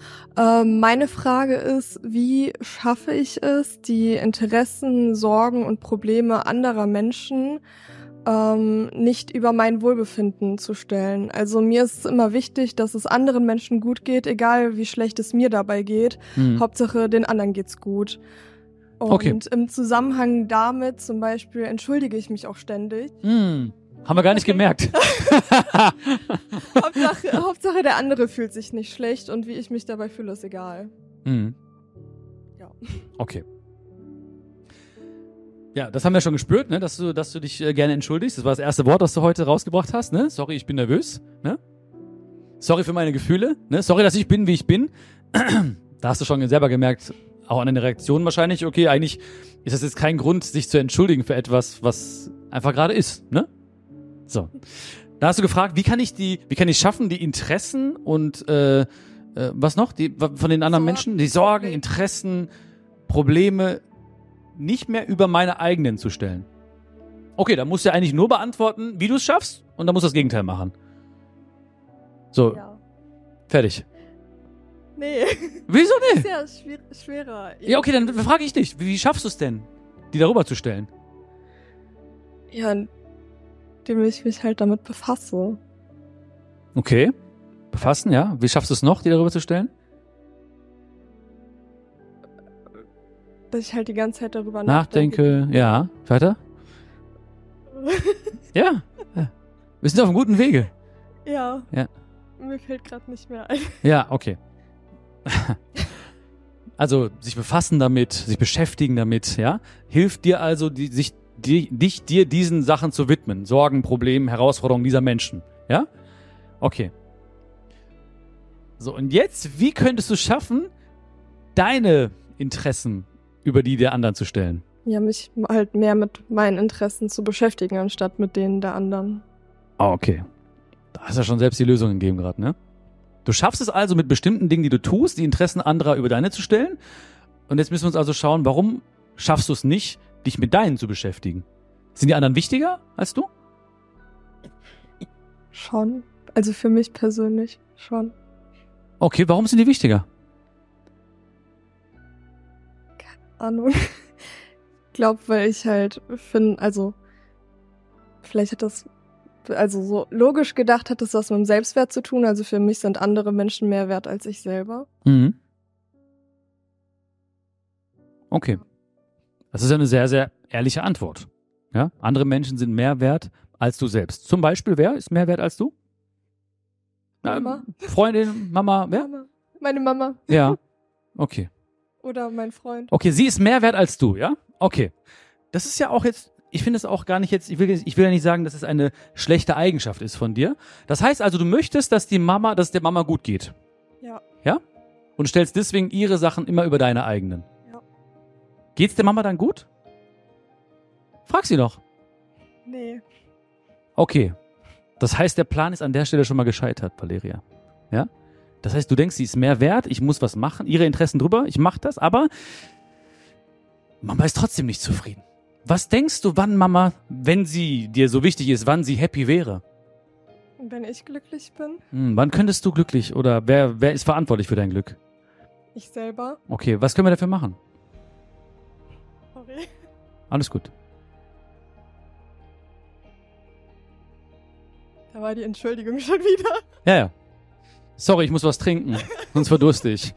Meine Frage ist, wie schaffe ich es, die Interessen, Sorgen und Probleme anderer Menschen nicht über mein Wohlbefinden zu stellen. Also mir ist es immer wichtig, dass es anderen Menschen gut geht, egal wie schlecht es mir dabei geht. Hauptsache den anderen geht's gut. Und im Zusammenhang damit zum Beispiel entschuldige ich mich auch ständig. Haben wir gar nicht gemerkt. Hauptsache der andere fühlt sich nicht schlecht und wie ich mich dabei fühle, ist egal. Ja. Okay. Ja, das haben wir schon gespürt, ne, dass du dich gerne entschuldigst. Das war das erste Wort, das du heute rausgebracht hast, ne? Sorry, ich bin nervös, ne? Sorry für meine Gefühle, ne? Sorry, dass ich bin, wie ich bin. Da hast du schon selber gemerkt, auch an deiner Reaktion wahrscheinlich, okay, eigentlich ist das jetzt kein Grund, sich zu entschuldigen für etwas, was einfach gerade ist, ne? So. Da hast du gefragt, wie kann ich schaffen, die Interessen und was noch? Von den anderen Menschen? Die Sorgen, Interessen, Probleme nicht mehr über meine eigenen zu stellen. Okay, da musst du ja eigentlich nur beantworten, wie du es schaffst, und dann musst du das Gegenteil machen. So, Ja. Fertig. Nee. Wieso nicht? Das ist ja schwerer. Ja, okay, dann frage ich dich, wie schaffst du es denn, die darüber zu stellen? Ja, indem ich mich halt damit befasse. Okay, befassen, ja. Wie schaffst du es noch, die darüber zu stellen? Dass ich halt die ganze Zeit darüber Nachdenke, ja. Weiter? Ja. Wir sind auf einem guten Wege. Ja. Ja. Mir fällt gerade nicht mehr ein. Ja, okay. Also sich befassen damit, sich beschäftigen damit, ja, hilft dir also, dich diesen Sachen zu widmen. Sorgen, Problemen, Herausforderungen dieser Menschen, ja? Okay. So, und jetzt, wie könntest du schaffen, deine Interessen über die der anderen zu stellen? Ja, mich halt mehr mit meinen Interessen zu beschäftigen, anstatt mit denen der anderen. Ah, okay. Da hast du ja schon selbst die Lösung gegeben gerade, ne? Du schaffst es also mit bestimmten Dingen, die du tust, die Interessen anderer über deine zu stellen. Und jetzt müssen wir uns also schauen, warum schaffst du es nicht, dich mit deinen zu beschäftigen? Sind die anderen wichtiger als du? Schon. Also für mich persönlich schon. Okay, warum sind die wichtiger? Ahnung. Ich glaube, weil ich halt finde, also vielleicht hat das, also so logisch gedacht hat das was mit dem Selbstwert zu tun. Also für mich sind andere Menschen mehr wert als ich selber. Mhm. Okay. Das ist ja eine sehr, sehr ehrliche Antwort. Ja? Andere Menschen sind mehr wert als du selbst. Zum Beispiel, wer ist mehr wert als du? Mama. Freundin, Mama, wer? Mama. Meine Mama. Ja. Okay. Oder mein Freund. Okay, sie ist mehr wert als du, ja? Okay. Das ist ja auch jetzt, ich finde es auch gar nicht jetzt, ich will ja nicht sagen, dass es eine schlechte Eigenschaft ist von dir. Das heißt also, du möchtest, dass der Mama gut geht. Ja. Ja? Und stellst deswegen ihre Sachen immer über deine eigenen. Ja. Geht's der Mama dann gut? Frag sie doch. Nee. Okay. Das heißt, der Plan ist an der Stelle schon mal gescheitert, Valeria. Ja? Das heißt, du denkst, sie ist mehr wert, ich muss was machen, ihre Interessen drüber, ich mach das, aber Mama ist trotzdem nicht zufrieden. Was denkst du, wann Mama, wenn sie dir so wichtig ist, wann sie happy wäre? Wenn ich glücklich bin? Wann könntest du glücklich oder wer ist verantwortlich für dein Glück? Ich selber. Okay, was können wir dafür machen? Sorry. Alles gut. Da war die Entschuldigung schon wieder. Ja. Sorry, ich muss was trinken, sonst verdurste ich.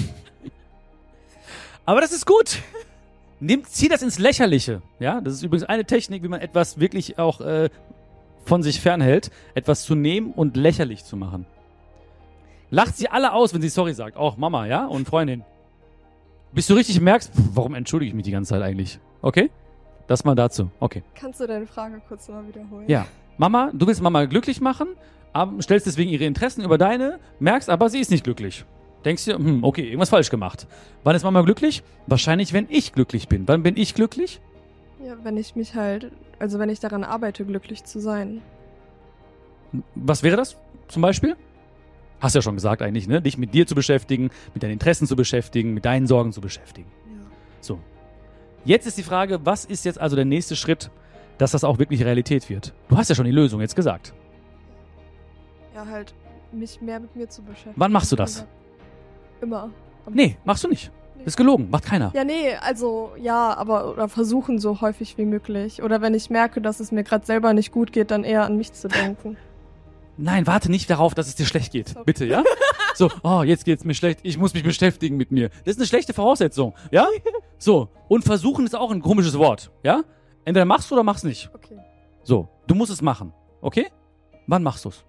Aber das ist gut. Zieh das ins Lächerliche. Ja, das ist übrigens eine Technik, wie man etwas wirklich auch von sich fernhält, etwas zu nehmen und lächerlich zu machen. Lacht sie alle aus, wenn sie sorry sagt. Auch Mama, ja, und Freundin. Bis du richtig merkst, warum entschuldige ich mich die ganze Zeit eigentlich? Okay? Das mal dazu. Okay. Kannst du deine Frage kurz mal wiederholen? Ja. Mama, du willst Mama glücklich machen, aber stellst deswegen ihre Interessen über deine, merkst aber, sie ist nicht glücklich. Denkst dir, okay, irgendwas falsch gemacht. Wann ist Mama glücklich? Wahrscheinlich, wenn ich glücklich bin. Wann bin ich glücklich? Ja, wenn ich mich halt, also wenn ich daran arbeite, glücklich zu sein. Was wäre das zum Beispiel? Hast ja schon gesagt eigentlich, ne? Dich mit dir zu beschäftigen, mit deinen Interessen zu beschäftigen, mit deinen Sorgen zu beschäftigen. Ja. So. Jetzt ist die Frage, was ist jetzt also der nächste Schritt, dass das auch wirklich Realität wird? Du hast ja schon die Lösung jetzt gesagt. Ja, halt mich mehr mit mir zu beschäftigen. Wann machst du das? Immer. Nee, machst du nicht. Das ist gelogen, macht keiner. Ja, nee, also ja, aber oder versuchen so häufig wie möglich. Oder wenn ich merke, dass es mir gerade selber nicht gut geht, dann eher an mich zu denken. Nein, warte nicht darauf, dass es dir schlecht geht. Sorry. Bitte, ja? So, jetzt geht's mir schlecht, ich muss mich beschäftigen mit mir. Das ist eine schlechte Voraussetzung, ja? So, und versuchen ist auch ein komisches Wort, ja? Entweder machst du oder machst nicht. Okay. So, du musst es machen, okay? Wann machst du's?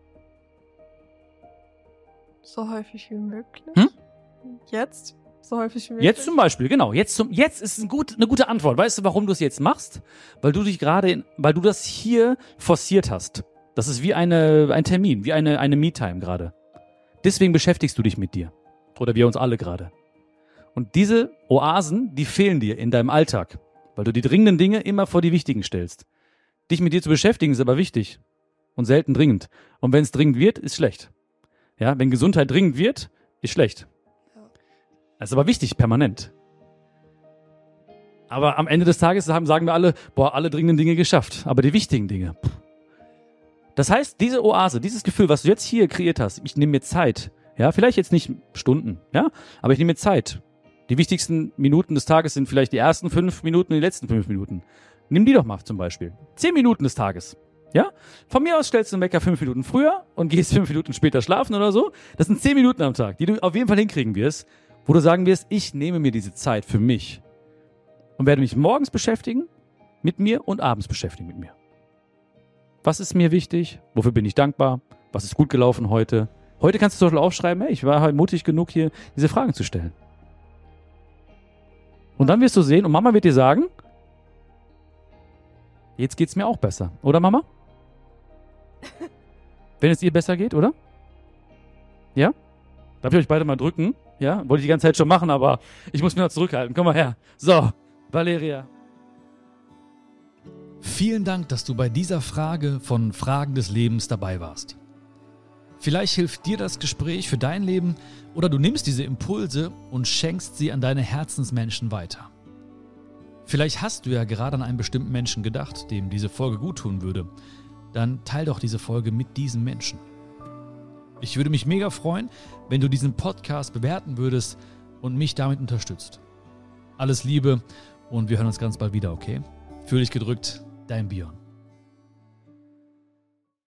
So häufig wie möglich. Hm? Jetzt? So häufig wie möglich. Jetzt zum Beispiel, genau. Jetzt ist eine gute Antwort. Weißt du, warum du es jetzt machst? Weil du weil du das hier forciert hast. Das ist wie ein Termin, wie eine Me-Time gerade. Deswegen beschäftigst du dich mit dir. Oder wir uns alle gerade. Und diese Oasen, die fehlen dir in deinem Alltag. Weil du die dringenden Dinge immer vor die wichtigen stellst. Dich mit dir zu beschäftigen ist aber wichtig. Und selten dringend. Und wenn es dringend wird, ist schlecht. Ja, wenn Gesundheit dringend wird, ist schlecht. Das ist aber wichtig, permanent. Aber am Ende des Tages sagen wir alle, alle dringenden Dinge geschafft. Aber die wichtigen Dinge. Das heißt, diese Oase, dieses Gefühl, was du jetzt hier kreiert hast, ich nehme mir Zeit. Ja, vielleicht jetzt nicht Stunden, ja, aber ich nehme mir Zeit. Die wichtigsten Minuten des Tages sind vielleicht die ersten 5 Minuten und die letzten 5 Minuten. Nimm die doch mal zum Beispiel. 10 Minuten des Tages. Ja? Von mir aus stellst du den Wecker 5 Minuten früher und gehst 5 Minuten später schlafen oder so. Das sind 10 Minuten am Tag, die du auf jeden Fall hinkriegen wirst, wo du sagen wirst, ich nehme mir diese Zeit für mich und werde mich morgens beschäftigen mit mir und abends beschäftigen mit mir. Was ist mir wichtig? Wofür bin ich dankbar? Was ist gut gelaufen heute? Heute kannst du zum Beispiel aufschreiben, hey, ich war halt mutig genug, hier diese Fragen zu stellen. Und dann wirst du sehen, und Mama wird dir sagen, jetzt geht's mir auch besser. Oder Mama? Wenn es ihr besser geht, oder? Ja? Darf ich euch beide mal drücken? Ja? Wollte ich die ganze Zeit schon machen, aber ich muss mich noch zurückhalten. Komm mal her. So, Valeria. Vielen Dank, dass du bei dieser Frage von Fragen des Lebens dabei warst. Vielleicht hilft dir das Gespräch für dein Leben oder du nimmst diese Impulse und schenkst sie an deine Herzensmenschen weiter. Vielleicht hast du ja gerade an einen bestimmten Menschen gedacht, dem diese Folge guttun würde. Dann teil doch diese Folge mit diesem Menschen. Ich würde mich mega freuen, wenn du diesen Podcast bewerten würdest und mich damit unterstützt. Alles Liebe und wir hören uns ganz bald wieder, okay? Fühl dich gedrückt, dein Björn.